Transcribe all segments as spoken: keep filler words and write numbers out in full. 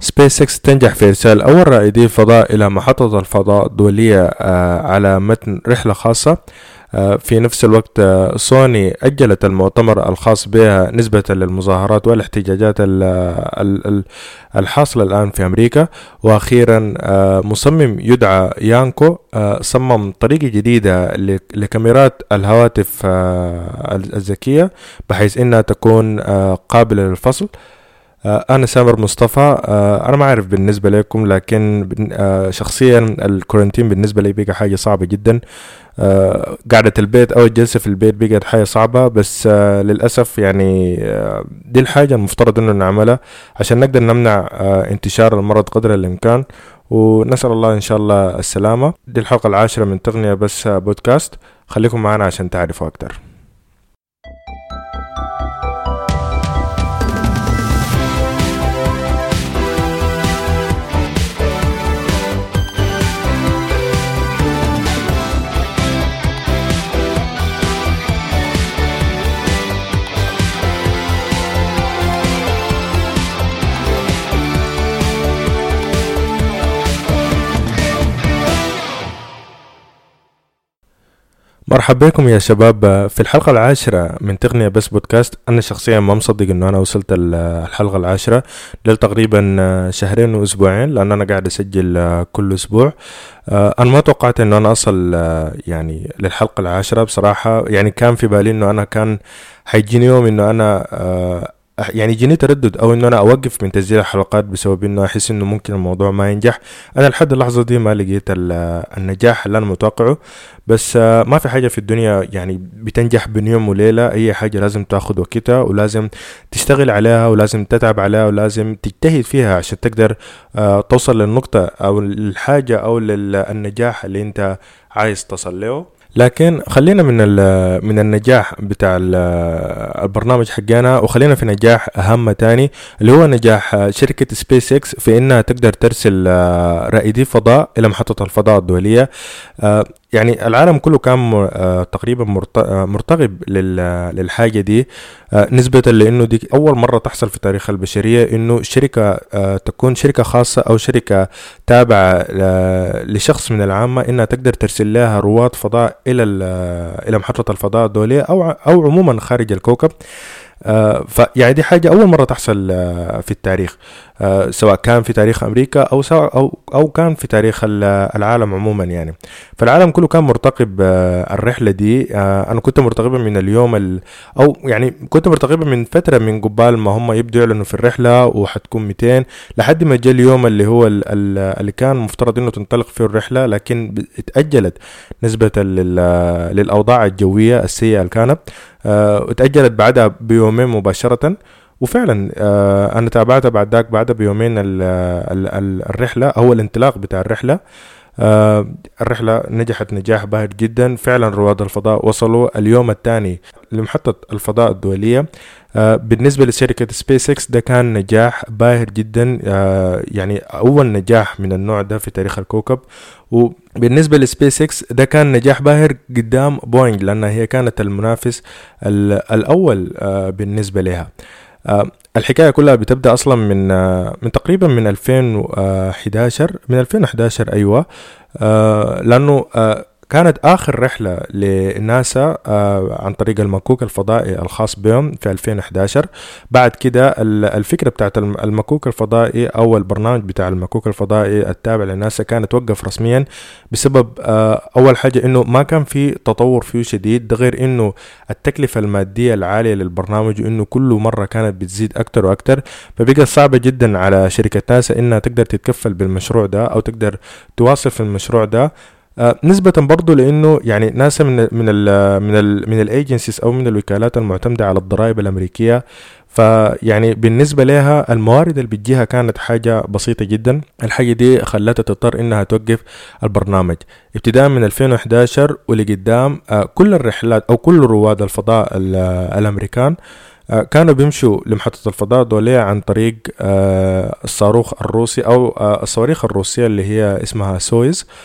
سبيس إكس تنجح في إرسال أول رائدي فضاء إلى محطة الفضاء الدولية على متن رحلة خاصة. في نفس الوقت سوني أجلت المؤتمر الخاص بها نسبة للمظاهرات والاحتجاجات الحاصلة الآن في أمريكا. وأخيرا مصمم يدعى يانكو صمم طريقة جديدة لكاميرات الهواتف الذكية بحيث أنها تكون قابلة للفصل. أنا سامر مصطفى. أنا ما أعرف بالنسبة لكم، لكن شخصيا الكورنتين بالنسبة لي بقى حاجة صعبة جدا. قاعدة البيت أو الجلسة في البيت بقت حاجة صعبة، بس للأسف يعني دي الحاجة المفترض أنه نعملها عشان نقدر نمنع انتشار المرض قدر الإمكان، ونسأل الله إن شاء الله السلامة. دي الحلقة العاشرة من تغنية بس بودكاست، خليكم معنا عشان تعرفوا أكتر. مرحبا بكم يا شباب في الحلقة العاشرة من تغنية بس بودكاست. أنا شخصيا ما مصدق أنه أنا وصلت الحلقة العاشرة لتقريبا شهرين وأسبوعين، لأن أنا قاعد أسجل كل أسبوع. أنا ما توقعت أنه أنا أصل يعني للحلقة العاشرة بصراحة. يعني كان في بالي أنه أنا كان حيجيني يوم أنه أنا يعني جيني تردد او انه انا اوقف من تسجيل الحلقات بسبب انه احس انه ممكن الموضوع ما ينجح. انا لحد اللحظه دي ما لقيت النجاح اللي انا متوقعه، بس ما في حاجه في الدنيا يعني بتنجح بين يوم وليله. اي حاجه لازم تاخد وقتها ولازم تشتغل عليها ولازم تتعب عليها ولازم تجتهد فيها عشان تقدر توصل للنقطه او الحاجه او للنجاح اللي انت عايز تصل له. لكن خلينا من من النجاح بتاع البرنامج حقنا، وخلينا في نجاح أهم تاني اللي هو نجاح شركة سبيس إكس في إنها تقدر ترسل رائدي فضاء إلى محطة الفضاء الدولية. يعني العالم كله كان تقريبا مرتقب للحاجة دي، نسبة لأنه دي أول مرة تحصل في تاريخ البشرية إنه شركة تكون شركة خاصة أو شركة تابعة لشخص من العامة إنها تقدر ترسل لها رواد فضاء إلى إلى محطة الفضاء الدولية أو أو عموما خارج الكوكب. آه فيعني دي حاجة أول مرة تحصل آه في التاريخ، آه سواء كان في تاريخ أمريكا أو سواء أو أو كان في تاريخ العالم عموما. يعني فالعالم كله كان مرتقب آه الرحلة دي. آه أنا كنت مرتقبة من اليوم أو يعني كنت مرتقبة من فترة من قبال ما هم يبدوا يعلنوا في الرحلة وحتكون مئتين، لحد ما جاء اليوم اللي هو اللي كان مفترض إنه تنطلق فيه الرحلة، لكن اتأجلت نسبة للأوضاع الجوية السيئة اللي كانت. آه اتأجلت بعدها بيومين مباشرة، وفعلا آه أنا تابعتها بعد ذاك بعدها بيومين ال ال ال الرحلة أو الانطلاق بتاع الرحلة. آه الرحلة نجحت نجاح باهر جدا. فعلا رواد الفضاء وصلوا اليوم الثاني لمحطة الفضاء الدولية. آه بالنسبة لشركة سبيس إكس ده كان نجاح باهر جدا، آه يعني أول نجاح من النوع ده في تاريخ الكوكب. وبالنسبة لسبيس إكس ده كان نجاح باهر قدام بوينغ، لأنها هي كانت المنافس الأول آه بالنسبة لها. آه الحكاية كلها بتبدأ أصلا من آه من تقريبا من ألفين وإحدى عشر من ألفين وإحدى عشر أيوة. آه لأنه آه كانت آخر رحلة لناسا آه عن طريق المكوك الفضائي الخاص بهم في ألفين وإحدى عشر. بعد كده الفكرة بتاعت المكوك الفضائي أو البرنامج بتاع المكوك الفضائي التابع لناسا كانت توقف رسميا بسبب آه أول حاجة إنه ما كان في تطور فيه شديد، ده غير إنه التكلفة المادية العالية للبرنامج إنه كل مرة كانت بتزيد أكتر وأكتر، فبقى صعبة جدا على شركة ناسا إنها تقدر تتكفل بالمشروع ده أو تقدر تواصل في المشروع ده. آه نسبة برضو لأنه يعني ناسا من من ال من ال من الايجنسيز أو من الوكالات المعتمدة على الضرائب الأمريكية، فيعني بالنسبة لها الموارد اللي بتجيها كانت حاجة بسيطة جدا. الحاجة دي خلتها تضطر إنها توقف البرنامج ابتداء من ألفين وإحدى عشر ولقدام. آه كل الرحلات أو كل رواد الفضاء الأمريكان كانوا بيمشوا لمحطة الفضاء الدولية عن طريق آه الصاروخ الروسي أو آه الصواريخ الروسية اللي هي اسمها سويز.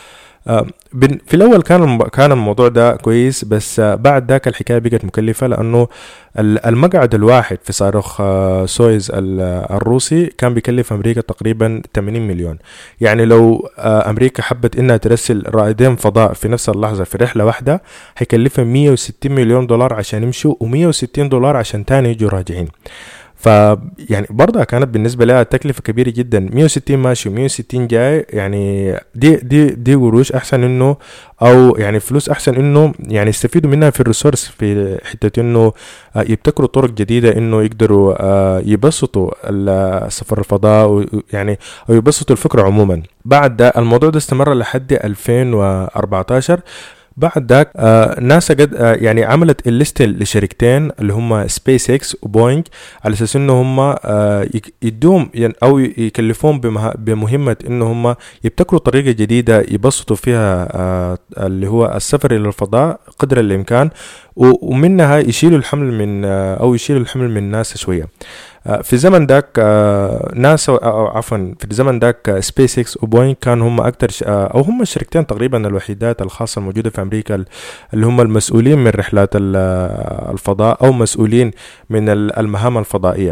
في الأول كان كان الموضوع ده كويس، بس بعد ذاك الحكاية بقت مكلفة، لأنه المقعد الواحد في صاروخ سويز الروسي كان بيكلف أمريكا تقريبا ثمانين مليون. يعني لو أمريكا حبت إنها ترسل رائدين فضاء في نفس اللحظة في رحلة واحدة هيكلفها مية وستين مليون دولار عشان يمشوا ومية وستين دولار عشان تاني يجوا راجعين. ف يعني برضه كانت بالنسبه لها تكلفه كبيره جدا، مية وستين ماشي ومية وستين جاي، يعني دي دي دي قروش احسن انه او يعني فلوس احسن انه يعني يستفيدوا منها في الريسورس، في حته انه يبتكروا طرق جديده انه يقدروا يبسطوا السفر الفضاء، يعني او يبسطوا الفكره عموما. بعد ده الموضوع ده استمر لحد ألفين وأربعتاشر. بعد ذاك آه ناسا قد آه يعني عملت الليست لشركتين اللي هم سبيس اكس وبوينج، على اساس انه هم آه يدوم يعني او يكلفون بمهمه انه هم يبتكروا طريقه جديده يبسطوا فيها آه اللي هو السفر الى الفضاء قدر الامكان، ومنها يشيلوا الحمل من آه او يشيلوا الحمل من ناسا شويه. في زمن داك ناسا أو عفوا في الزمن داك سبيس اكس وبوينج كان هم اكتر او هم الشركتين تقريبا الوحيدات الخاصه الموجوده في امريكا اللي هم المسؤولين من رحلات الفضاء او مسؤولين من المهام الفضائيه.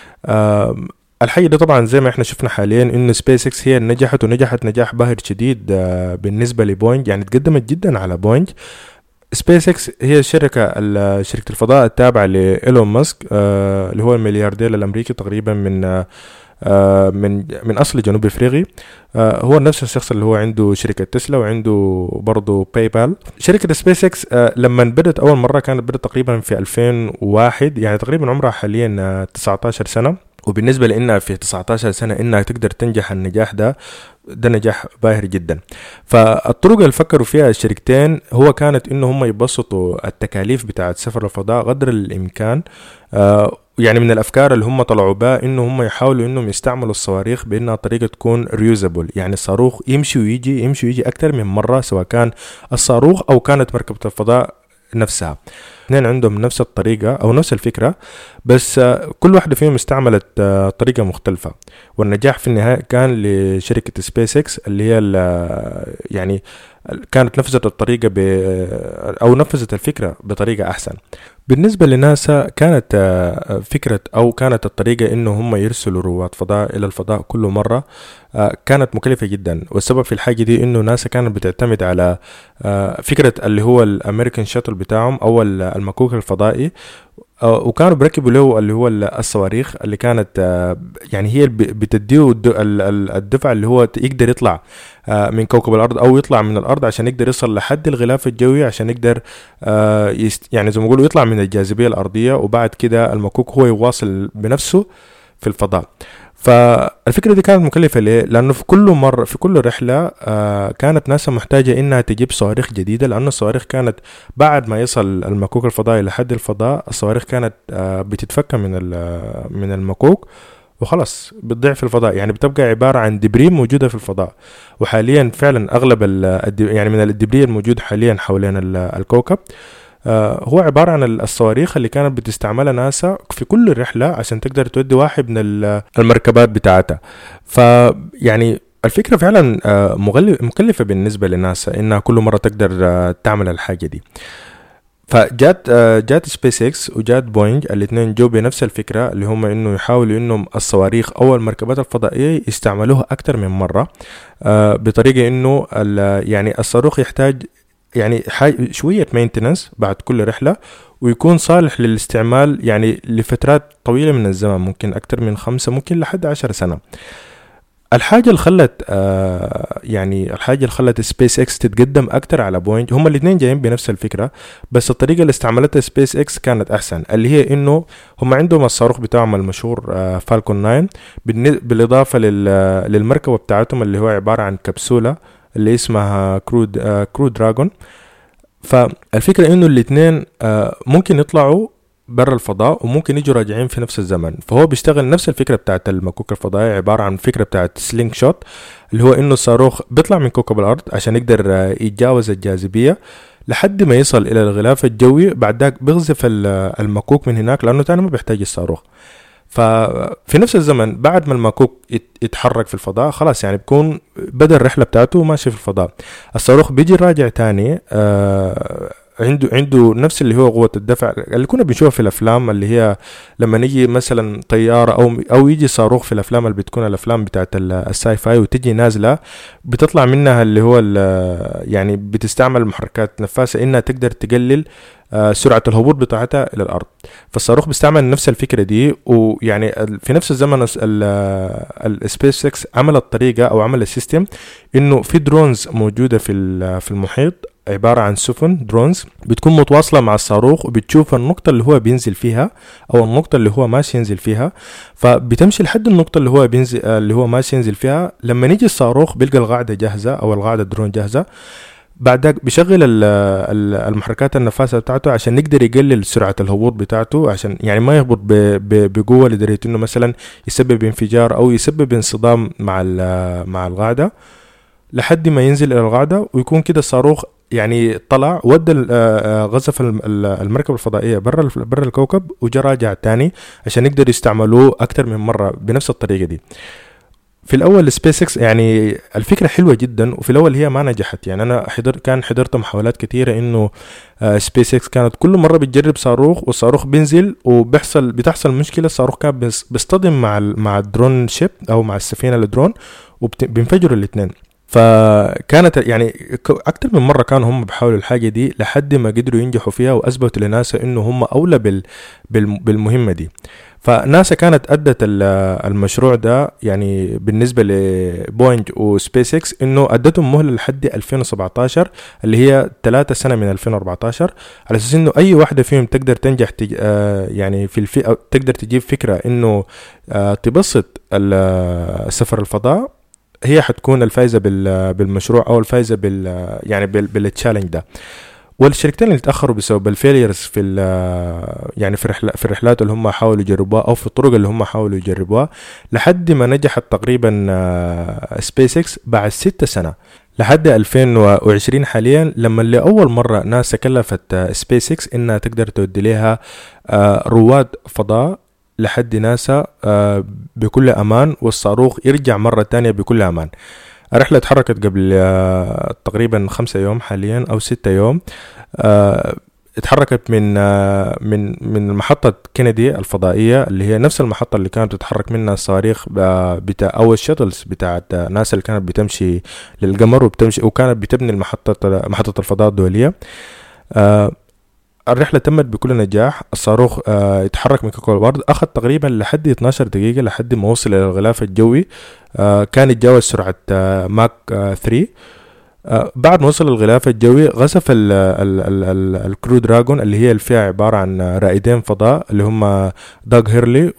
الحقيقة ده طبعا زي ما احنا شفنا حاليا انه سبيس اكس هي نجحت ونجحت نجاح باهر شديد بالنسبه لبوينج، يعني تقدمت جدا على بوينج. سبيس اكس هي شركة شركة الفضاء التابعة لإيلون ماسك آه اللي هو الملياردير الأمريكي تقريبا من آه من من أصل جنوب أفريقي. آه هو نفس الشخص اللي هو عنده شركة تسلا وعنده برضو باي بال. شركة سبيس اكس آه لما بدت أول مرة كانت بدت تقريبا في ألفين وواحد، يعني تقريبا عمرها حاليا آه تسعة عشر سنة، وبالنسبة لإنها في تسعة عشر سنة إنها تقدر تنجح النجاح ده ده نجاح باهر جدا. فالطرق اللي فكروا فيها الشركتين هو كانت إنه هم يبسطوا التكاليف بتاعة سفر الفضاء قدر الإمكان. آه يعني من الأفكار اللي هم طلعوا بها إنه هم يحاولوا إنهم يستعملوا الصواريخ بإنها طريقة تكون ريوزابل، يعني الصاروخ يمشي ويجي يمشي ويجي أكتر من مرة، سواء كان الصاروخ أو كانت مركبة الفضاء نفسها. اثنين عندهم نفس الطريقة أو نفس الفكرة، بس كل واحدة فيهم استعملت طريقة مختلفة، والنجاح في النهاية كان لشركة سبيس اكس اللي هي يعني كانت نفذت الطريقة ب أو نفذت الفكرة بطريقة أحسن. بالنسبة لناسا كانت فكرة أو كانت الطريقة إنه هم يرسلوا رواد فضاء إلى الفضاء كل مرة كانت مكلفة جدا، والسبب في الحاجة دي إنه ناسا كانت بتعتمد على فكرة اللي هو الأمريكان شاتل بتاعهم أو المكوك الفضائي، وكانوا بركبوا له اللي هو الصواريخ اللي كانت يعني هي بتديه الدفع اللي هو يقدر يطلع من كوكب الأرض أو يطلع من الأرض عشان يقدر يصل لحد الغلاف الجوي، عشان يقدر يعني زي ما يقولوا يطلع من الجاذبية الأرضية، وبعد كده المكوك هو يواصل بنفسه في الفضاء. فالفكرة دي كانت مكلفة ليه؟ لأنه في كل مرة في كل رحلة آه كانت ناسا محتاجة إنها تجيب صواريخ جديدة، لأن الصواريخ كانت بعد ما يصل المكوك الفضائي لحد الفضاء الصواريخ كانت آه بتتفك من من المكوك وخلاص بتضيع في الفضاء، يعني بتبقى عبارة عن دبري موجودة في الفضاء. وحاليا فعلا أغلب يعني من الدبري الموجود حاليا حوالين الكوكب آه هو عبارة عن الصواريخ اللي كانت بتستعملها ناسا في كل رحلة عشان تقدر تودي واحد من المركبات بتاعتها. فيعني الفكرة فعلا آه مكلفة بالنسبة لناسا إنها كل مرة تقدر آه تعمل الحاجة دي. فجات آه جات سبيس اكس وجات بوينج، الاثنين جو بنفس الفكرة اللي هم إنه يحاولوا إنهم الصواريخ أو المركبات الفضائية يستعملوها أكتر من مرة آه بطريقة إنه يعني الصاروخ يحتاج يعني شوية مينتنس بعد كل رحلة، ويكون صالح للاستعمال يعني لفترات طويلة من الزمن، ممكن أكتر من خمسة ممكن لحد عشر سنة. الحاجة اللي خلت آه يعني الحاجة اللي خلت سبيس اكس تتقدم أكتر على بوينج، هما الاثنين جايين بنفس الفكرة، بس الطريقة اللي استعملتها سبيس اكس كانت أحسن، اللي هي إنه هما عندهم الصاروخ بتاعهم المشهور آه فالكون تسعة، بالإضافة للمركبة بتاعتهم اللي هو عبارة عن كبسولة اللي اسمها كرود آه كرو دراجون. فالفكرة انه الاثنين آه ممكن يطلعوا برا الفضاء وممكن يجوا راجعين في نفس الزمن، فهو بيشتغل نفس الفكرة بتاعت المكوك الفضائي، عبارة عن فكرة بتاعت سلينج شوت، اللي هو انه الصاروخ بيطلع من كوكب الارض عشان يقدر آه يتجاوز الجاذبية لحد ما يصل الى الغلاف الجوي، بعد ذاك بيغزف المكوك من هناك لانه تاني ما بيحتاج الصاروخ. ففي نفس الزمن بعد ما المكوك يتحرك في الفضاء خلاص يعني بيكون بدأ الرحلة بتاعته ماشي في الفضاء. الصاروخ بيجي راجع تاني آه عنده عنده نفس اللي هو قوة الدفع اللي كنا بنشوفها في الأفلام، اللي هي لما نيجي مثلا طيارة أو أو يجي صاروخ في الأفلام اللي بتكون الأفلام بتاعت الساي فاي وتجي نازلة بتطلع منها اللي هو يعني بتستعمل محركات نفاثة إنها تقدر تقلل سرعة الهبوط بتاعتها إلى الأرض. فالصاروخ بيستعمل نفس الفكرة دي، ويعني في نفس الزمن السبيس اكس عمل الطريقة أو عمل السيستم إنه في درونز موجودة في في المحيط عبارة عن سفن درونز بتكون متواصلة مع الصاروخ وبتشوف النقطة اللي هو بينزل فيها أو النقطة اللي هو ماشي ينزل فيها، فبتمشي لحد النقطة اللي هو بينزل اللي هو ماشي ينزل فيها. لما نيجي الصاروخ بيلقى القاعدة جاهزة أو القاعدة درون جاهزة، بعد ذلك بيشغل المحركات النفاثة بتاعته عشان يقدر يقلل سرعة الهبوط بتاعته، عشان يعني ما يهبط بقوة لدرجة إنه مثلا يسبب انفجار أو يسبب انصدام مع مع القاعدة لحد ما ينزل إلى القاعدة، ويكون كده الصاروخ يعني طلع ودى غزف المركبة الفضائية برا برا الكوكب وجا راجع تاني عشان يقدر يستعملوه أكتر من مرة بنفس الطريقة دي. في الأول سبيس اكس يعني الفكرة حلوة جدا، وفي الأول هي ما نجحت. يعني أنا حضر كان حضرت محاولات كثيرة إنه سبيس اكس كانت كل مرة بتجرب صاروخ والصاروخ بينزل وبيحصل بتحصل مشكلة، الصاروخ كان بيصطدم مع مع الدرون شيب أو مع السفينة الدرون وبينفجروا الاثنين. فكانت يعني أكتر من مرة كانوا هم بيحاولوا الحاجة دي لحد ما قدروا ينجحوا فيها وأثبتوا لناسا إنه هم أولى بال بالمهمة دي. فناسا كانت أدت المشروع ده يعني بالنسبة لبوينج وسبيس اكس إنه أدتهم مهلة لحد ألفين وسبعتاشر اللي هي ثلاثة سنة من ألفين وأربعتاشر، على أساس إنه أي واحدة فيهم تقدر تنجح تج... آه يعني في الفي... تقدر تجيب فكرة إنه آه تبسط السفر الفضاء، هي حتكون الفائزة بالمشروع أو الفائزة بال يعني بالتشالنج ده. والشركتين اللي تأخروا بسبب الفيليرز في يعني في الرحلات في الرحلات اللي هم حاولوا يجربوها أو في الطرق اللي هم حاولوا يجربوها لحد ما نجحت تقريبا سبيس اكس بعد ستة سنة لحد ألفين وعشرين حاليا، لما اللي أول مرة ناسا كلفت سبيس اكس إنها تقدر تودي لها رواد فضاء لحد ناسا بكل أمان، والصاروخ يرجع مرة تانية بكل أمان. الرحلة اتحركت قبل تقريبا خمسة يوم حاليا أو ستة يوم. اتحركت من من من محطة كينيدي الفضائية اللي هي نفس المحطة اللي كانت تتحرك منها الصواريخ بتاع أو الشاتلز بتاعت ناسا اللي كانت بتمشي للقمر وبتمشي وكانت بتبني المحطة محطة الفضاء الدولية. الرحلة تمت بكل نجاح. الصاروخ اه يتحرك من كوكب الأرض، أخذ تقريبا لحد اثناشر دقيقة لحد ما وصل إلى الغلاف الجوي. اه كان يتجاوز سرعة اه ماك اه ثلاثة. اه بعد ما وصل الغلاف الجوي غزف ال ال ال ال الكرو دراجون اللي هي الفئة عبارة عن رائدين فضاء اللي هم داغ هيرلي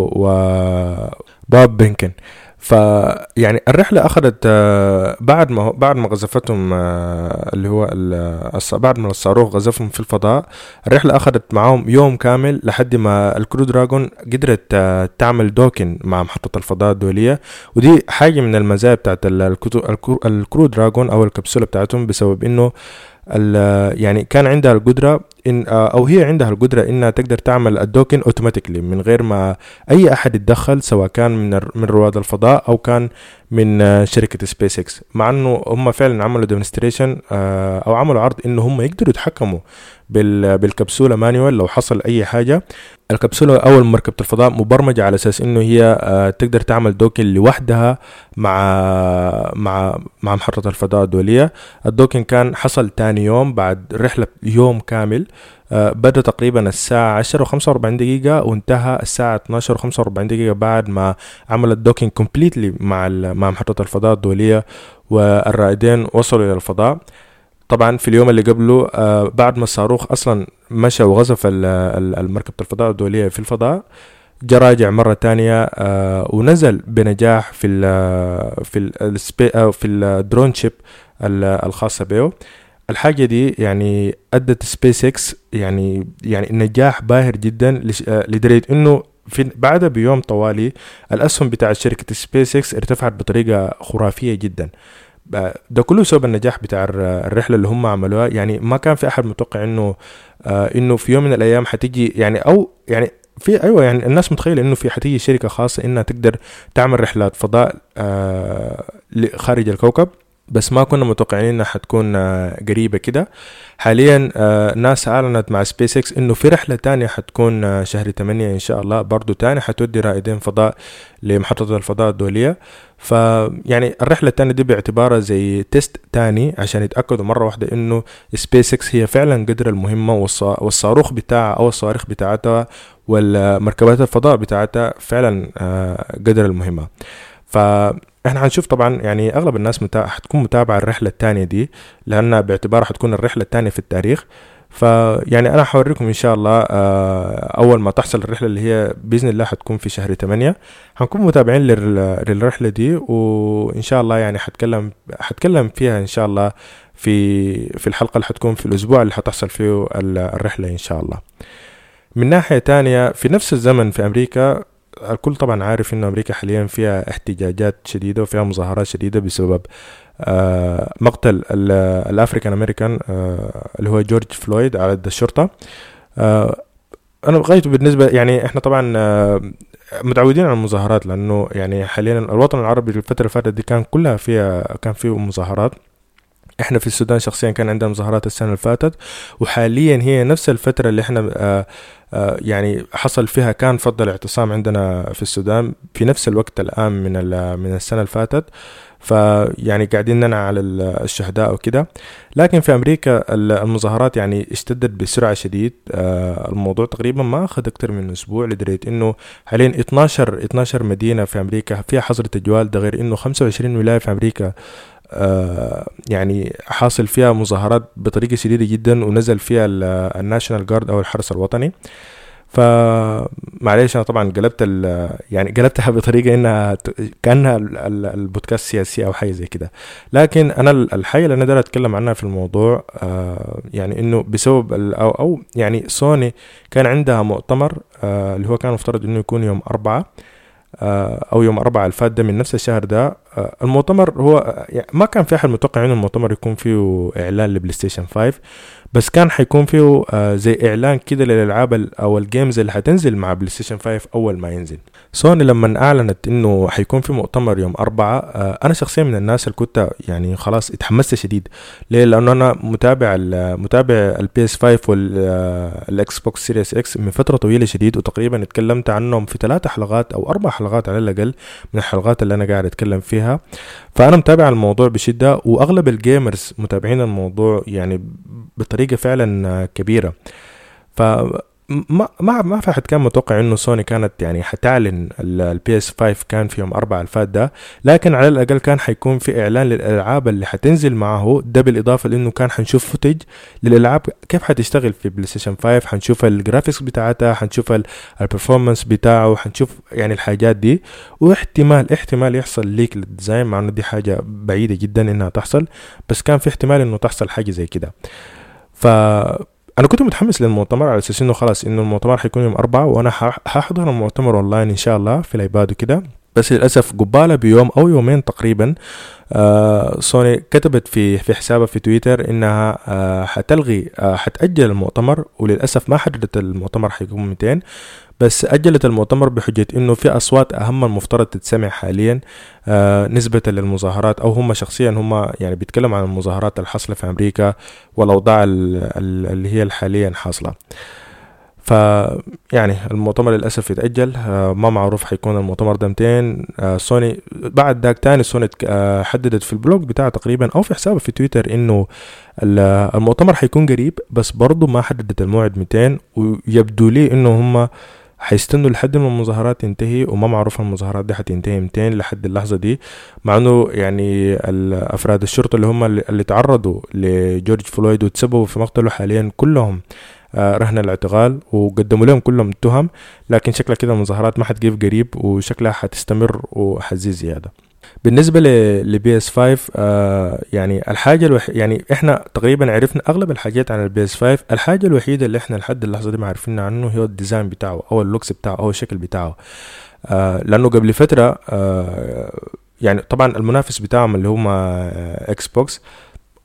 وباب بينكن. فيعني الرحلة أخذت بعد ما بعد ما غزفتهم اللي هو بعد ما الصاروخ غزفهم في الفضاء، الرحلة أخذت معهم يوم كامل لحد ما الكرو دراجون قدرت تعمل دوكن مع محطة الفضاء الدولية. ودي حاجة من المزايا بتاعت الكرو دراجون أو الكبسولة بتاعتهم، بسبب إنه يعني كان عندها القدرة إن أو هي عندها القدرة إنها تقدر تعمل الدوكن أوتوماتيكلي من غير ما أي أحد يتدخل، سواء كان من من رواد الفضاء أو كان من شركة سبيس اكس. مع إنه هم فعلا عملوا ديمونستريشن أو عملوا عرض إنه هم يقدروا يتحكموا بالكبسولة مانيوال لو حصل أي حاجة. الكبسولة أول مركبة الفضاء مبرمجة على أساس إنه هي تقدر تعمل دوكن لوحدها مع مع مع محطة الفضاء الدولية. الدوكن كان حصل تاني يوم بعد رحلة يوم كامل. بدأ تقريبا الساعة عشرة وخمسة وأربعين دقيقة وانتهى الساعة اثناشر وخمسة وأربعين دقيقة بعد ما عمل الدوكين كومبليتلي مع مع محطة الفضاء الدولية، والرائدين وصلوا إلى الفضاء. طبعا في اليوم اللي قبله بعد ما الصاروخ أصلا مشى وغزف المركبة الفضاء الدولية في الفضاء، جا راجع مرة تانية ونزل بنجاح في ال في ال في الدرون شيب الخاصة به. الحاجة دي يعني أدت سبيس اكس يعني يعني نجاح باهر جدا لدرجة إنه في بعد بيوم طوالي الأسهم بتاع شركة سبيس اكس ارتفعت بطريقة خرافية جدا. ده كله سبب النجاح بتاع الرحلة اللي هم عملوها. يعني ما كان في أحد متوقع إنه آه إنه في يوم من الأيام حتيجي يعني أو يعني في ايوه يعني الناس متخيله انه في حتيجي شركه خاصه انها تقدر تعمل رحلات فضاء آه خارج الكوكب، بس ما كنا متوقعين انها حتكون آه قريبه كده. حاليا آه ناس اعلنت مع سبيس اكس انه في رحله تانية حتكون آه شهر ثمانية ان شاء الله برضو تاني، حتودي رائدين فضاء لمحطه الفضاء الدوليه. فيعني الرحله التانية دي باعتبارها زي تيست تاني عشان يتاكدوا مره واحده انه سبيس اكس هي فعلا قدر المهمه، والصاروخ بتاعها او الصواريخ بتاعتها والمركبات الفضاء بتاعتها فعلا قدر المهمة. فاحنا هنشوف طبعا يعني اغلب الناس متابعة حتكون متابعة الرحلة الثانية دي، لانها باعتبارها حتكون الرحلة الثانية في التاريخ. فيعني انا حوريكم ان شاء الله اول ما تحصل الرحلة اللي هي باذن الله حتكون في شهر ثمانية، هنكون متابعين للرحلة دي، وان شاء الله يعني حتكلم حتكلم فيها ان شاء الله في في الحلقة اللي حتكون في الاسبوع اللي حتحصل فيه الرحلة ان شاء الله. من ناحية تانية في نفس الزمن في أمريكا، الكل طبعا عارف إنه أمريكا حاليا فيها احتجاجات شديدة وفيها مظاهرات شديدة بسبب آه مقتل الأفريكان أمريكان آه اللي هو جورج فلويد على يد الشرطة. آه أنا غايته بالنسبة يعني إحنا طبعا آه متعودين على المظاهرات، لأنه يعني حاليا الوطن العربي الفترة اللي فاتت دي كان كلها فيها كان فيه مظاهرات. احنا في السودان شخصيا كان عندنا مظاهرات السنة اللي فاتت، وحاليا هي نفس الفترة اللي احنا آآ آآ يعني حصل فيها كان فض الاعتصام عندنا في السودان في نفس الوقت الآن من من السنة اللي فاتت. فيعني قاعدين ننعى على الشهداء وكده. لكن في أمريكا المظاهرات يعني اشتدت بسرعة شديد. الموضوع تقريبا ما أخذ أكتر من أسبوع لدرجة إنه حاليا اتناشر اتناشر مدينة في أمريكا فيها حظر تجوال، ده غير إنه خمسة وعشرين ولاية في أمريكا آه يعني حاصل فيها مظاهرات بطريقة شديدة جدا، ونزل فيها الناشونال جارد أو الحرس الوطني. فمعليش أنا طبعا قلبت يعني قلبتها بطريقة إنها كأنها البودكاست سياسي أو حاجة زي كده. لكن أنا الحاجة اللي أنا داير أتكلم عنها في الموضوع آه يعني إنه بسبب أو أو يعني سوني كان عندها مؤتمر آه اللي هو كان مفترض إنه يكون يوم أربعة او يوم أربعة الفات ده من نفس الشهر ده. المؤتمر هو يعني ما كان في احد متوقع انه المؤتمر يكون فيه اعلان لبلاي ستيشن خمسة، بس كان حيكون فيه زي اعلان كده للالعاب او الجيمز اللي حتنزل مع بلاي ستيشن خمسة اول ما ينزل. سوني لما اعلنت انه حيكون في مؤتمر يوم أربعة، انا شخصيا من الناس اللي كنت يعني خلاص اتحمست شديد. ليه؟ لانه انا متابع متابع البي اس خمسة والاكس بوكس سيريس اكس من فتره طويله شديد، وتقريبا اتكلمت عنهم في ثلاثة حلقات او اربع حلقات على الاقل من الحلقات اللي انا قاعد اتكلم فيها. فانا متابع الموضوع بشده، واغلب الجيمرز متابعين الموضوع يعني بطريقه فعلا كبيره. ف ما ما ما في حد كان متوقع انه سوني كانت يعني حتعلن البي اس خمسة كان في يوم أربعة الفات ده، لكن على الاقل كان حيكون في اعلان للالعاب اللي حتنزل معه ده، بالاضافه لانه كان حنشوف فوتج للالعاب كيف حتشتغل في بلاي ستيشن خمسة، حنشوف الجرافيكس بتاعتها، حنشوف البرفورمانس بتاعه، حنشوف يعني الحاجات دي. واحتمال احتمال يحصل ليك للديزاين، مع انه دي حاجه بعيده جدا انها تحصل، بس كان في احتمال انه تحصل حاجه زي كده. ف انا كنت متحمس للمؤتمر على اساس انه خلاص انه المؤتمر حيكون يوم أربعة، وانا هحضر المؤتمر اونلاين ان شاء الله في الايباد وكده. بس للاسف قبالة بيوم او يومين تقريبا آه سوني كتبت في في حسابها في تويتر انها آه حتلغي آه حتأجل المؤتمر، وللاسف ما حددت المؤتمر حيكون مئتين، بس أجلت المؤتمر بحجة إنه في أصوات أهم المفترض تتسمع حاليا آه نسبة للمظاهرات، أو هم شخصيا هم يعني بيتكلموا عن المظاهرات الحاصلة في أمريكا والأوضاع اللي هي حاليا حاصلة. فيعني المؤتمر للأسف يتأجل، آه ما معروف حيكون المؤتمر ده متين. آه سوني بعد داك تاني سوني آه حددت في البلوج بتاعه تقريبا أو في حسابه في تويتر إنه المؤتمر حيكون قريب، بس برضو ما حددت الموعد مئتين، ويبدو لي إنه هم حيستنوا لحد ما المظاهرات تنتهي، وما معروف المظاهرات دي حتنتهي مئتين لحد اللحظة دي. مع انه يعني الافراد الشرطة اللي هم اللي تعرضوا لجورج فلويد وتسببوا في مقتله حاليا كلهم رهن الاعتقال وقدموا لهم كلهم التهم، لكن شكلها كده المظاهرات ما حتقف قريب، وشكلها حتستمر وحتزيد زيادة. بالنسبة لبي اس خمسة آه يعني الحاجة الوح... يعني احنا تقريبا عرفنا اغلب الحاجات عن البي اس خمسة. الحاجة الوحيدة اللي احنا لحد اللحظة دي ما عارفين عنه هو الديزاين بتاعه او اللوكس بتاعه او الشكل بتاعه. آه لانه قبل فترة آه يعني طبعا المنافس بتاعهم اللي هم اكس بوكس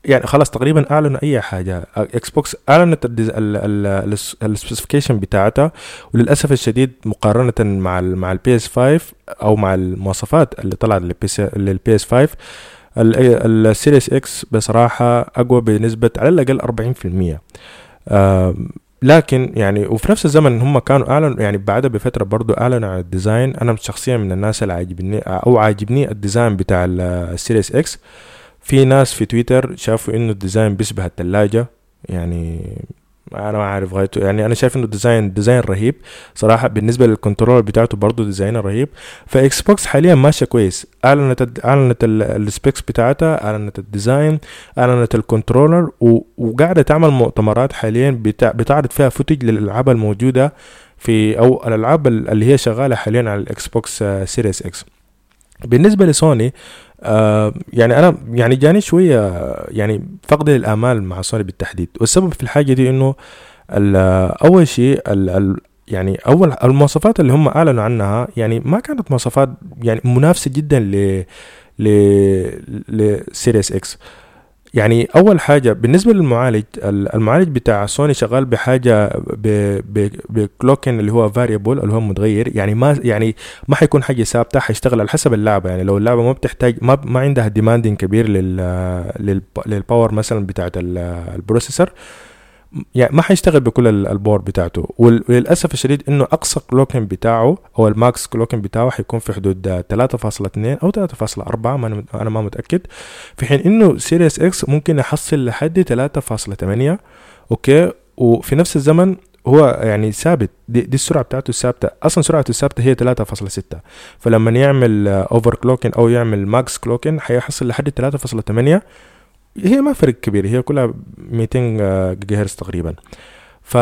يعني خلاص تقريبا اعلنوا اي حاجه. اكس بوكس اعلنت السبيسيفيكيشن بتاعتها، وللاسف الشديد مقارنه مع ال مع البي اس خمسة او مع المواصفات اللي طلعت للبي اس خمسة، السيريس اكس بصراحه اقوى بنسبه على الاقل أربعين بالمية. آه لكن يعني وفي نفس الزمن هم كانوا اعلنوا يعني بعدها بفتره برضو اعلنوا عن الديزاين. انا شخصيا من الناس اللي عاجبني او عاجبني الديزاين بتاع السيريس اكس. في ناس في تويتر شافوا انه الديزاين بيشبه الثلاجة، يعني انا ما عارف غايته. يعني انا شايف انه الديزاين ديزاين رهيب صراحة. بالنسبة للكنترول بتاعته برضو ديزاين رهيب. فاكس بوكس حاليا ماشية كويس، اعلنت اعلنت السبيكس بتاعتها، اعلنت الديزاين، اعلنت الكنترولر، وقاعدة تعمل مؤتمرات حاليا بتاع بتعرض فيها فوتج للالعاب الموجودة في او الالعاب اللي هي شغالة حاليا على الاكس بوكس سيريس اكس. بالنسبة لسوني آه يعني انا يعني جاني شويه يعني فقد الامال مع سوني بالتحديد، والسبب في الحاجه دي انه اول شيء يعني اول المواصفات اللي هم اعلنوا عنها يعني ما كانت مواصفات يعني منافسه جدا ل ل لسيريس اكس. يعني اول حاجه بالنسبه للمعالج، المعالج بتاع سوني شغال بحاجه بكلوكن اللي هو فاريبل اللي هو متغير، يعني ما يعني ما حيكون حاجه ثابته، حيشتغل على حسب اللعبه. يعني لو اللعبه ما بتحتاج ما ما عندها ديماندين كبير لل للباور مثلا بتاعه البروسيسور، يعني ما حيشتغل بكل الباور بتاعته. وللاسف الشديد انه اقصى كلوكن بتاعه او الماكس كلوكن بتاعه حيكون في حدود ثلاثة فاصلة اثنين او ثلاثة فاصلة أربعة، ما انا ما متاكد، في حين انه سيريس اكس ممكن يحصل لحد ثلاثة فاصلة ثمانية. اوكي، وفي نفس الزمن هو يعني ثابت، دي, دي السرعه بتاعته ثابته، اصلا سرعته الثابته هي ثلاثة فاصلة ستة، فلما يعمل اوفر كلوكن او يعمل ماكس كلوكن حيحصل لحد ثلاثة فاصلة ثمانية. هي ما فرق كبير، هي كلها مئتين جيجا هرتز تقريبا. ف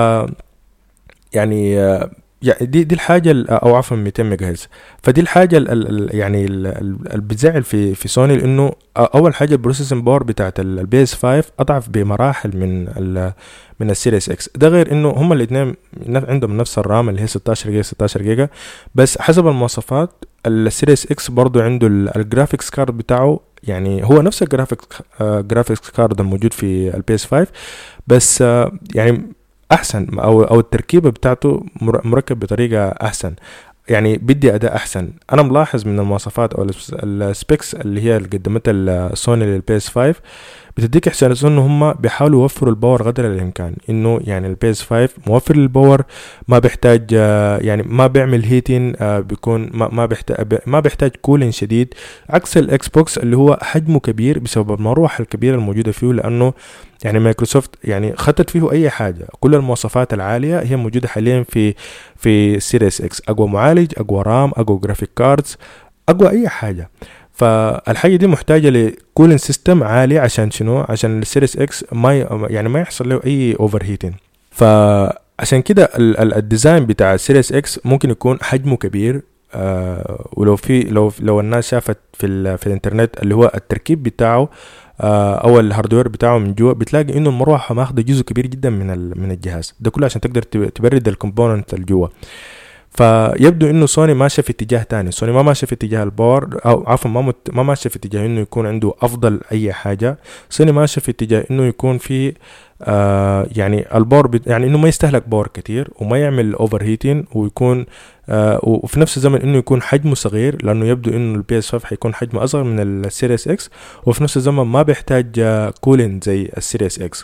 يعني يعني دي دي الحاجه او عفوا مئتين ميجا هرتز. فدي الحاجه ال ال يعني اللي بتزعل في في سوني، لانه اول حاجه البروسيسنج باور بتاعت البي اس خمسة اضعف بمراحل من ال من السيريس اكس. ده غير انه هم الاثنين عندهم نفس الرام اللي هي ستاشر جيجا ستاشر جيجا، بس حسب المواصفات السيريس اكس برضو عنده الجرافيكس كارد بتاعه، يعني هو نفس الجرافيكس جرافيكس كارد الموجود في البي اس خمسة، بس يعني احسن او او التركيبه بتاعته مركب بطريقه احسن، يعني بدي اداء احسن. انا ملاحظ من المواصفات او السبيكس اللي هي اللي قدمتها سوني للبي اس خمسة بتديك احساس انه هم بيحاولوا يوفروا الباور قدر الامكان، انه يعني البي اس خمسة موفر للباور، ما بيحتاج يعني ما بيعمل هيتين، بيكون ما ما بيحتاج ما بيحتاج كولين شديد، عكس الاكس بوكس اللي هو حجمه كبير بسبب المروحه الكبيره الموجوده فيه، لانه يعني مايكروسوفت يعني خطت فيه اي حاجه، كل المواصفات العاليه هي موجوده حاليا في في سيريس اكس، اقوى معالج، اقوى رام، اقوى جرافيك كاردز، اقوى اي حاجه. فالحاجه دي محتاجه لكولين سيستم عالي عشان شنو؟ عشان السيريس اكس ما يعني ما يحصل له اي اوفر هيتنج. فعشان كده الديزاين بتاع السيريس اكس ممكن يكون حجمه كبير. آه ولو في لو لو الناس شافت في في الانترنت اللي هو التركيب بتاعه آه او الهاردوير بتاعه من جوا، بتلاقي انه المروحه ماخذه جزء كبير جدا من من الجهاز ده كله عشان تقدر تبرد الكومبوننت اللي جوا. فيبدو انه سوني ماشيه في اتجاه تاني، سوني ما ماشيه في اتجاه الباور او عفوا ما مت... ما ماشيه في اتجاه انه يكون عنده افضل اي حاجه، سوني ماشيه في اتجاه انه يكون في آه يعني الباور بت... يعني انه ما يستهلك باور كتير وما يعمل اوفر هيتين، ويكون آه وفي نفس الزمن انه يكون حجمه صغير، لانه يبدو انه البي اس خمسة حيكون حجمه اصغر من السيريس اكس، وفي نفس الزمن ما بيحتاج آه كولين زي السيريس اكس.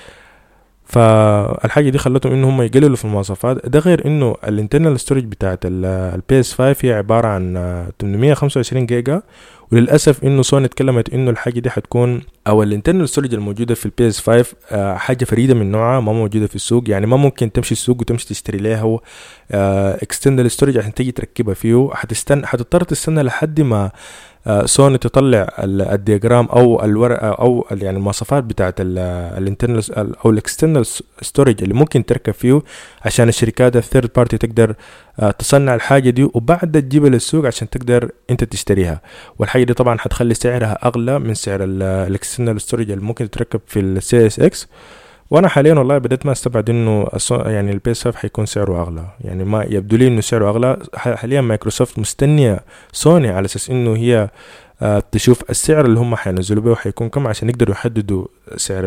فالحاجه دي خلتهم انه هم يقللوا في المواصفات. ده غير انه الانترنال ستورج بتاعت البي اس خمسة هي عباره عن ثمانمية وخمسة وعشرين جيجا، وللاسف انه سوني اتكلمت انه الحاجه دي حتكون او الانترنال ستورج الموجوده في البي اس خمسة حاجه فريده من نوعها ما موجوده في السوق، يعني ما ممكن تمشي السوق وتمشي تشتري لها اكسترنال ستورج عشان تيجي تركبها فيه، حتستنى حتضطر تستنى لحد ما سوني تطلع الدياجرام او الورقه او يعني المواصفات بتاعه الانترنال او الاكسترنال ستورج اللي ممكن تركب فيه، عشان الشركات الثيرد بارتي تقدر تصنع الحاجه دي وبعد تجيبها للسوق عشان تقدر انت تشتريها. والحاجه دي طبعا حتخلي سعرها اغلى من سعر الاكسترنال ستورج اللي ممكن تركب في السي اس اكس. وانا حاليا والله بديت ما استبعد انه يعني البي اس خمسة حيكون سعره اغلى، يعني ما يبدو لي انه سعره اغلى. حاليا مايكروسوفت مستنيه سوني على اساس انه هي آه تشوف السعر اللي هم حينزلوا به وحيكون كم عشان يقدروا يحددوا سعر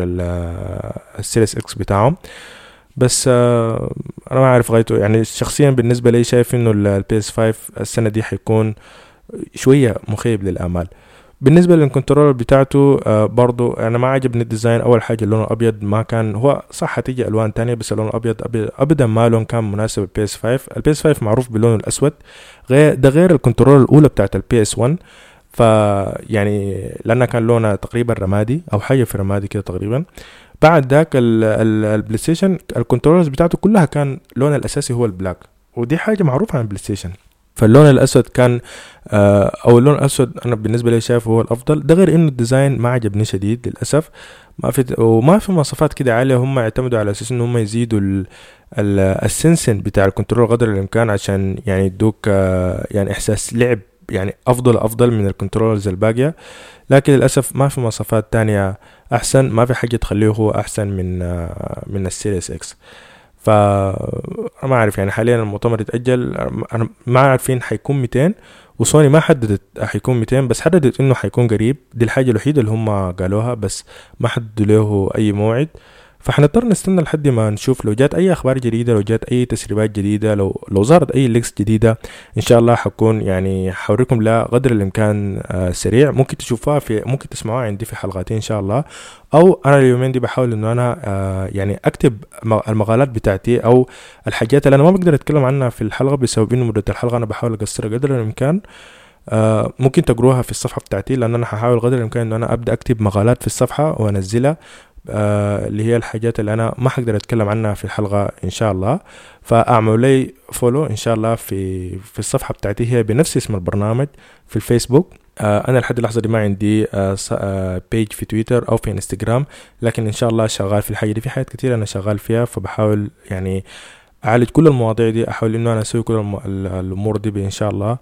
السيريس اكس بتاعهم. بس آه انا ما عارف غايته، يعني شخصيا بالنسبه لي شايف انه البي اس خمسة السنه دي حيكون شويه مخيب للامال. بالنسبه للكنترولر بتاعته آه برضو انا ما عجبني الديزاين. اول حاجه لونه ابيض، ما كان هو صح هتيجي الوان تانية بس لونه ابيض أبيض ابدا ما لون كان مناسب البي اس خمسة. البي اس خمسة معروف باللون الاسود، غير ده غير الكنترولر الاولى بتاعت البي اس واحد، ف يعني لانها كان لونها تقريبا رمادي او حاجه في رمادي كده تقريبا. بعد ذاك البلاي ستيشن الكنترولرز بتاعته كلها كان لونها الاساسي هو البلاك، ودي حاجه معروفه عن البلاي ستيشن. فاللون الاسود كان آه او اللون الاسود انا بالنسبه لي شايفه هو الافضل. ده غير انه الديزاين ما عجبني شديد للاسف، ما في وما في مواصفات كده عاليه. هم اعتمدوا على اساس ان هم يزيدوا السنسن بتاع الكنترول قدر الامكان عشان يعني يدوك آه يعني احساس لعب يعني افضل افضل من الكنترولرز الباقيه، لكن للاسف ما في مواصفات تانية احسن، ما في حاجه تخليه هو احسن من آه من السيريس اكس. ف ما عارف يعني حاليا المؤتمر يتأجل، انا ما عارفين حيكون مئتين، وسوني ما حددت حيكون مئتين بس حددت انه حيكون قريب. دي الحاجة الوحيدة اللي هم قالوها، بس ما حددوا له اي موعد. فحنضطر نستنى لحد ما نشوف لو جات اي اخبار جديده، لو جات اي تسريبات جديده، لو لو ظهرت اي ليكس جديده ان شاء الله حكون يعني حوريكم لا قدر الامكان آه سريع. ممكن تشوفوها في ممكن تسمعوها عندي في حلقاتين ان شاء الله، او انا اليومين دي بحاول انه انا آه يعني اكتب المقالات بتاعتي او الحاجات اللي انا ما بقدر اتكلم عنها في الحلقه بسبب انه مده الحلقه انا بحاول اقصرها قدر الامكان. آه ممكن تقروها في الصفحه بتاعتي، لان انا هحاول قدر الامكان ان انا ابدا اكتب مقالات في الصفحه وانزلها آه اللي هي الحاجات اللي انا ما حقدر اتكلم عنها في الحلقه ان شاء الله. فاعملوا لي فولو ان شاء الله في في الصفحه بتاعتي، هي بنفس اسم البرنامج في الفيسبوك. آه انا لحد اللحظه دي ما عندي آه آه بيج في تويتر او في انستغرام، لكن ان شاء الله شغال في الحاجه دي. في حاجات كتير انا شغال فيها، فبحاول يعني اعالج كل المواضيع دي، احاول انه انا اسوي كل الم... الامور دي ان شاء الله.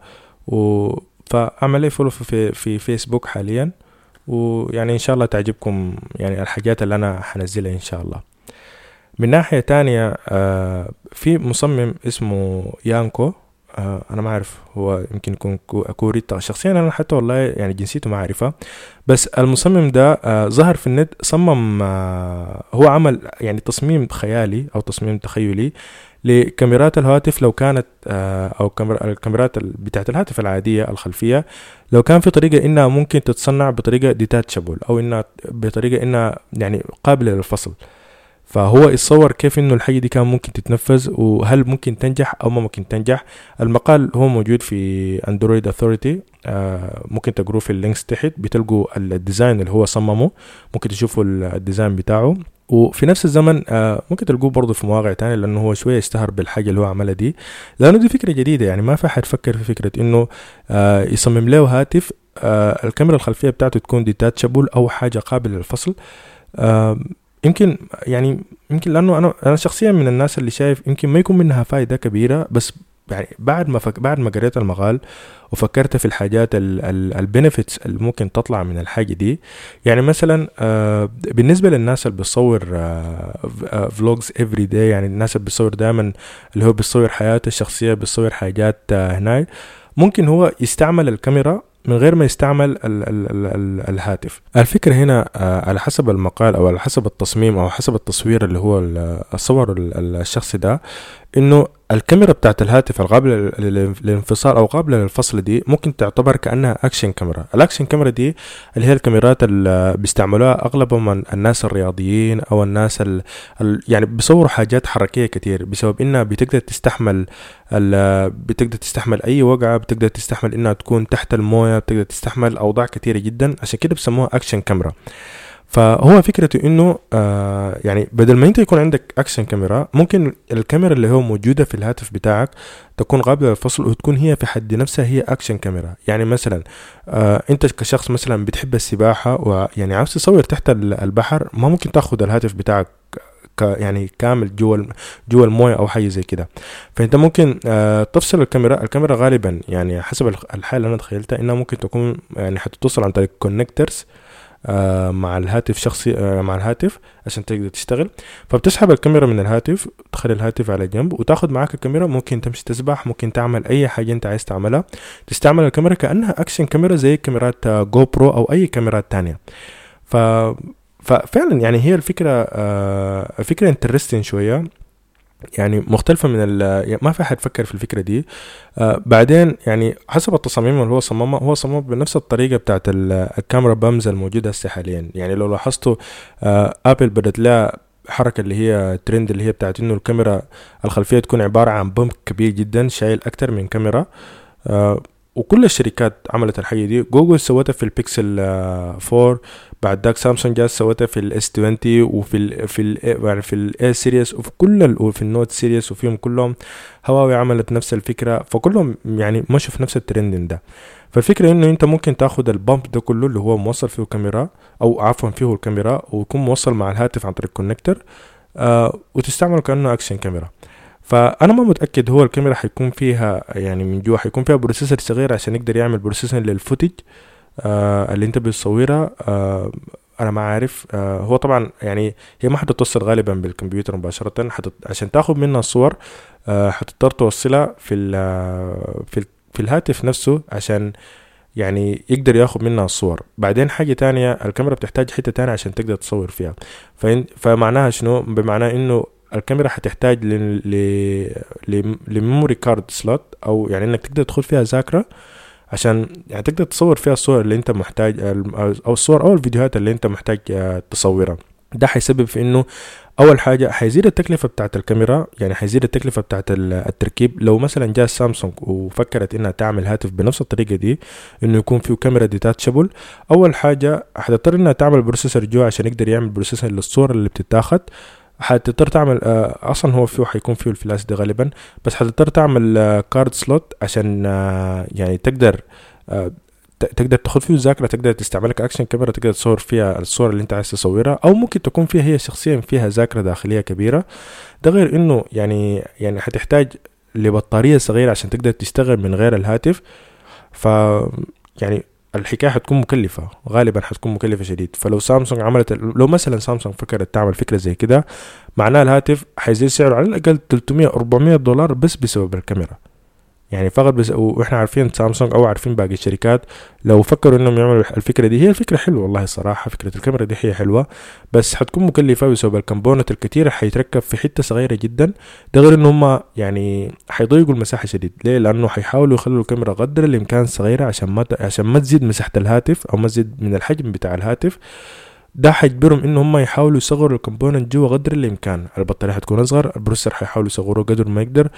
و فاعمل لي فولو في في فيسبوك حاليا، ويعني ان شاء الله تعجبكم يعني الحاجات اللي انا حنزلها ان شاء الله. من ناحية تانية آه في مصمم اسمه يانكو، آه انا ما اعرف هو يمكن يكون كوري شخصيا، انا حتى والله يعني جنسيته ما عارفها، بس المصمم ده آه ظهر في النت صمم آه هو عمل يعني تصميم خيالي او تصميم تخيلي لكاميرات الهواتف لو كانت آه او الكاميرات بتاعت الهاتف العادية الخلفية، لو كان في طريقة انها ممكن تتصنع بطريقة ديتاتشابل او انها بطريقة انها يعني قابلة للفصل. فهو يتصور كيف انه الحاجة دي كان ممكن تتنفذ، وهل ممكن تنجح او ما ممكن تنجح. المقال هو موجود في اندرويد اثوريتي، آه ممكن تقروه في اللينكس تحت، بتلقوا الديزاين اللي هو صممه، ممكن تشوفوا الديزاين بتاعه. وفي نفس الزمن آه ممكن تلقوه برضه في مواقع تانية، لانه هو شوية اشتهر بالحاجة اللي هو عملها دي، لانه دي فكرة جديدة. يعني ما في حد فكر في فكرة انه آه يصمم له هاتف آه الكاميرا الخلفية بتاعته تكون ديتاتشابل او حاجة قابلة للفصل. آه يمكن يعني يمكن لانه انا انا شخصيا من الناس اللي شايف يمكن ما يكون منها فائدة كبيرة، بس يعني بعد ما فك بعد ما قريت المقال وفكرت في الحاجات البنفيتس اللي ممكن تطلع من الحاجة دي. يعني مثلا آه بالنسبة للناس اللي بتصور فلوجز افري داي، يعني الناس اللي بتصور دائما اللي هو بتصور حياته الشخصية، بتصور حاجات آه هناك، ممكن هو يستعمل الكاميرا من غير ما يستعمل ال ال ال ال الهاتف. الفكرة هنا آه على حسب المقال او على حسب التصميم او حسب التصوير اللي هو الصور الشخصي ده، انه الكاميرا بتاعت الهاتف القابلة للانفصال او قابلة للفصل دي ممكن تعتبر كأنها اكشن كاميرا. الاكشن كاميرا دي اللي هي الكاميرات اللي بيستعملوها اغلبهم الناس الرياضيين او الناس ال يعني بيصوروا حاجات حركية كتير، بسبب انها بتقدر تستحمل بتقدر تستحمل اي وقعة، بتقدر تستحمل انها تكون تحت الموية، بتقدر تستحمل اوضاع كتيرة جدا، عشان كده بسموها اكشن كاميرا. فهو فكرته انه آه يعني بدل ما انت يكون عندك اكشن كاميرا، ممكن الكاميرا اللي هو موجودة في الهاتف بتاعك تكون قابلة للفصل وتكون هي في حد نفسها هي اكشن كاميرا. يعني مثلا آه انت كشخص مثلا بتحب السباحة ويعني عاوز تصور تحت البحر، ما ممكن تاخد الهاتف بتاعك يعني كامل جوا جوا المويه او حاجه زي كده. فانت ممكن آه تفصل الكاميرا. الكاميرا غالبا يعني حسب الحاله اللي انا تخيلتها انها ممكن تكون يعني حتتصل عن طريق كونكترز آه مع الهاتف شخصي آه مع الهاتف عشان تقدر تشتغل. فبتسحب الكاميرا من الهاتف، تخلي الهاتف على جنب وتاخد معاك الكاميرا، ممكن تمشي تسبح، ممكن تعمل اي حاجة انت عايز تعملها. تستعمل الكاميرا كأنها اكشن كاميرا زي كاميرات جو برو او اي كاميرات تانية. ف ففعلا يعني هي الفكرة آه فكرة انترستين شوية، يعني مختلفة من ال يعني ما في أحد فكر في الفكرة دي. آه بعدين يعني حسب التصاميم اللي هو صممها، هو صمم بنفس الطريقة بتاعت الكاميرا بامز الموجودة هسه حاليا. يعني لو لاحظتوا آه أبل بدت لها حركة اللي هي ترند اللي هي بتاعت إنه الكاميرا الخلفية تكون عبارة عن بامب كبير جدا شايل أكتر من كاميرا. آه وكل الشركات عملت الحاجة دي. جوجل سوتها في البيكسل فور، بعد ذاك سامسونج جات سوتها في الاس عشرين وفي ال في ال يعني في الاي سيريس وفي كل ال وفي النوت سيريس وفيهم كلهم. هواوي عملت نفس الفكرة، فكلهم يعني مشوا في نفس الترند ده. فالفكرة انه انت ممكن تاخد البامب ده كله اللي هو موصل فيه كاميرا او عفوا فيه الكاميرا ويكون موصل مع الهاتف عن طريق كونكتر آه وتستعمله كأنه اكشن كاميرا. فانا ما متاكد هو الكاميرا حيكون فيها يعني من جوا حيكون فيها بروسيسور صغير عشان يقدر يعمل بروسيسنج للفوتج آه اللي انت بتصورها. آه انا ما عارف. آه هو طبعا يعني هي ما حتتوصل غالبا بالكمبيوتر مباشره، حتت عشان تاخد منها الصور آه حتضطر توصلها في ال في ال في الهاتف نفسه عشان يعني يقدر ياخد منها الصور. بعدين حاجة تانية، الكاميرا بتحتاج حتة تانية عشان تقدر تصور فيها. فمعناها شنو؟ بمعنى انه الكاميرا هتحتاج ل ل لميموري كارد سلوت، او يعني انك تقدر تدخل فيها ذاكره عشان يعني تقدر تصور فيها الصور اللي انت محتاج او الصور او الفيديوهات اللي انت محتاج تصورها. ده حيسبب في انه اول حاجه حيزيد التكلفه بتاعه الكاميرا، يعني حيزيد التكلفه بتاعه التركيب. لو مثلا جاء سامسونج وفكرت انها تعمل هاتف بنفس الطريقه دي انه يكون فيه كاميرا ديتاتشابل، اول حاجه هتضطر انها تعمل بروسيسور جوا عشان يقدر يعمل بروسيسور للصور اللي بتتاخد. حتضطر تعمل آه اصلا هو فيه حيكون فيه الفلاش ده غالبا، بس حتضطر تعمل آه كارد سلوت عشان آه يعني تقدر آه تقدر تاخد فيه ذاكره، تقدر تستعملها كاكشن كاميرا، تقدر تصور فيها الصور اللي انت عايز تصورها، او ممكن تكون فيها هي شخصيا فيها ذاكره داخليه كبيره. ده غير انه يعني يعني حتحتاج لبطاريه صغيره عشان تقدر تشتغل من غير الهاتف. ف يعني الحكايه حتكون مكلفه، غالبا حتكون مكلفه شديد. فلو سامسونج عملت لو مثلا سامسونج فكرت تعمل فكره زي كده، معناه الهاتف حيزيد سعره على الاقل ثلاثمية أربعمية دولار بس بسبب الكاميرا. يعني فقط بس. واحنا عارفين سامسونج او عارفين باقي الشركات لو فكروا انهم يعملوا الفكره دي، هي الفكره حلوه والله الصراحه، فكره الكاميرا دي هي حلوه، بس حتكون مكلفه بسبب الكمبونات الكتيره حيتركب في حته صغيره جدا. ده غير ان هم يعني حيضيقوا المساحه شديد. ليه؟ لانه حيحاولوا يخلوا الكاميرا قدر الامكان صغيره عشان ما ت... عشان ما تزيد مساحه الهاتف او ما تزيد من الحجم بتاع الهاتف. ده حيجبرهم ان هم يحاولوا يصغروا الكومبوننت جوا قدر الامكان. البطاريه حتكون اصغر، البروسيسور حيحاولوا يصغروه قدر ما يقدر.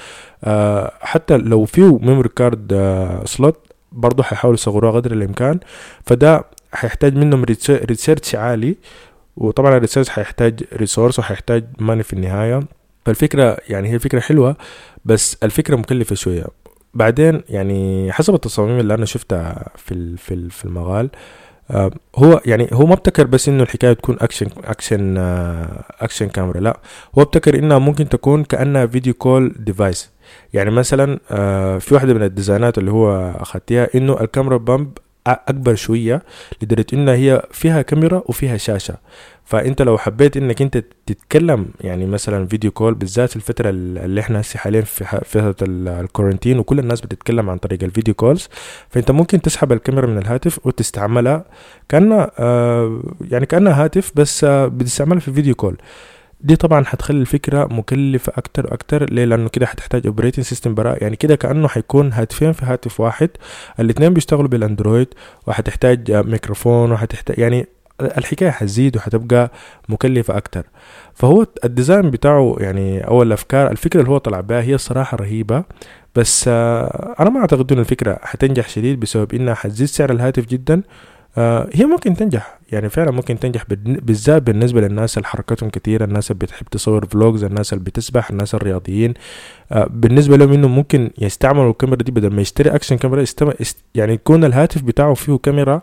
آه حتى لو فيه ميموري كارد آه سلوت برضه حيحاولوا يصغروه قدر الامكان. فده حيحتاج منهم ريسيرش عالي، وطبعا الريسيرش حيحتاج ريسورس وحيحتاج ماني في النهايه. فالفكره يعني هي فكره حلوه، بس الفكره مكلفه شويه. بعدين يعني حسب التصاميم اللي انا شفتها في في في المقال، آه هو يعني هو ما ابتكر بس انه الحكايه تكون اكشن اكشن آه اكشن كاميرا، لا هو ابتكر انها ممكن تكون كانها فيديو كول ديفايس. يعني مثلا آه في واحده من الديزاينات اللي هو اخذتها انه الكاميرا بامب اكبر شويه لدرجه انها هي فيها كاميرا وفيها شاشه. فانت لو حبيت انك انت تتكلم يعني مثلا فيديو كول، بالذات الفتره اللي احنا هسه حاليا في فتره الكورنتين وكل الناس بتتكلم عن طريق الفيديو كولز، فانت ممكن تسحب الكاميرا من الهاتف وتستعملها كانها آه يعني كانها هاتف، بس آه بتستعملها في الفيديو كول. دي طبعا هتخلي الفكره مكلفه اكتر اكتر. ليه؟ لانه كده هتحتاج اوبريتنج سيستم براء، يعني كده كانه حيكون هاتفين في هاتف واحد، الاثنين بيشتغلوا بالاندرويد، وهتحتاج ميكروفون، وهتحتاج يعني الحكايه حتزيد وهتبقى مكلفه اكتر. فهو الديزاين بتاعه يعني اول الافكار الفكره اللي هو طلع بها هي الصراحه رهيبه، بس آه انا ما اعتقد ان الفكره هتنجح شديد بسبب انها حتزيد سعر الهاتف جدا. آه هي ممكن تنجح، يعني فعلا ممكن تنجح بالذات بالنسبه للناس اللي حركتهم كتيره، الناس اللي بتحب تصور فلوجز، الناس اللي بتسبح، الناس الرياضيين. آه بالنسبه لهم انه ممكن يستعملوا الكاميرا دي بدل ما يشتري اكشن كاميرا، يستم... يعني يكون الهاتف بتاعه فيه كاميرا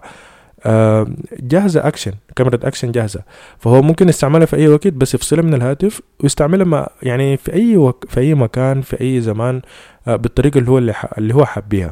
آه جاهزه، اكشن كاميرا اكشن جاهزه، فهو ممكن يستعملها في اي وقت، بس يفصلها من الهاتف ويستعملها ما يعني في اي وك... في اي مكان في اي زمان آه بالطريقه اللي هو اللي, ح... اللي هو حابيها.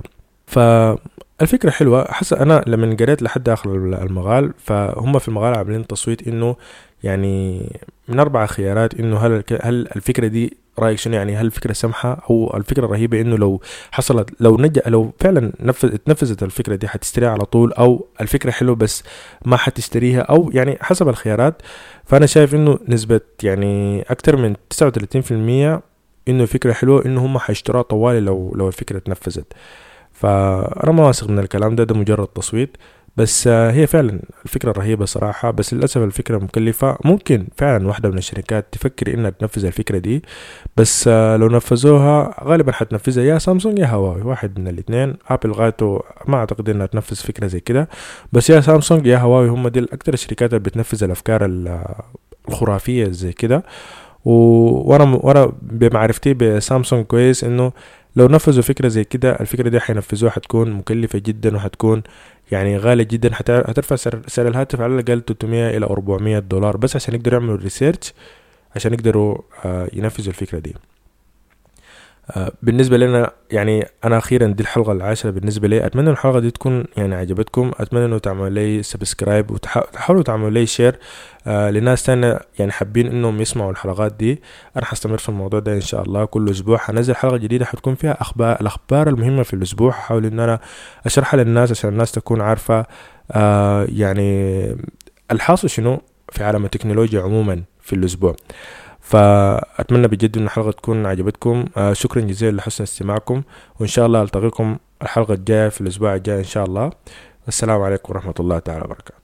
فالفكرة حلوة. حسب أنا لما قريت لحد آخر المقال، فهم في المقال عاملين تصويت إنه يعني من أربع خيارات، إنه هل هل الفكرة دي رأيك شنو؟ يعني هل الفكرة سمحة أو الفكرة رهيبة؟ إنه لو حصلت، لو نجا لو فعلا نفذ اتنفذت الفكرة دي حتشتريها على طول، أو الفكرة حلوة بس ما حتشتريها، أو يعني حسب الخيارات. فأنا شايف إنه نسبة يعني أكتر من تسعة وثلاثين في المية إنه الفكرة حلوة، إنه هم حيشتروها طوالي لو لو الفكرة اتنفذت. فأنا ما واثق من الكلام ده، ده مجرد تصويت بس. هي فعلا الفكرة رهيبة صراحة، بس للأسف الفكرة مكلفة. ممكن فعلا واحدة من الشركات تفكر إنها تنفذ الفكرة دي، بس لو نفذوها غالبا حتنفذها يا سامسونج يا هواوي، واحد من الاثنين. أبل غايته ما أعتقد إنها تنفذ فكرة زي كده، بس يا سامسونج يا هواوي هم دي الأكثر الشركات اللي بتنفذ الأفكار الخرافية زي كده. وانا وانا بمعرفتي بسامسونج كويس، انه لو نفذوا فكرة زي كده، الفكرة دي حينفذوها حتكون مكلفة جدا، وحتكون يعني غالية جدا. هترفع سعر, سعر الهاتف على الأقل ثلاثمية إلى أربعمية دولار بس عشان يقدروا يعملوا ريسيرش، عشان يقدروا آه ينفذوا الفكرة دي. آه بالنسبة لنا يعني أنا أخيرا دي الحلقة العاشرة بالنسبة لي. أتمنى الحلقة دي تكون يعني عجبتكم. أتمنى أنه تعملوا لي سبسكرايب، وتحاولوا تعملوا لي شير آه لناس تانية يعني حابين أنهم يسمعوا الحلقات دي. أنا حستمر في الموضوع ده إن شاء الله. كل أسبوع هنزل حلقة جديدة حتكون فيها أخبار الأخبار المهمة في الأسبوع. حاول أن أنا أشرحها للناس عشان الناس تكون عارفة آه يعني الحاصل شنو في عالم التكنولوجيا عموما في الأسبوع. فأتمنى بجد أن الحلقة تكون عجبتكم. آه شكرا جزيلا لحسن استماعكم، وإن شاء الله ألتقيكم الحلقة الجاية في الأسبوع الجاي إن شاء الله. السلام عليكم ورحمة الله تعالى وبركاته.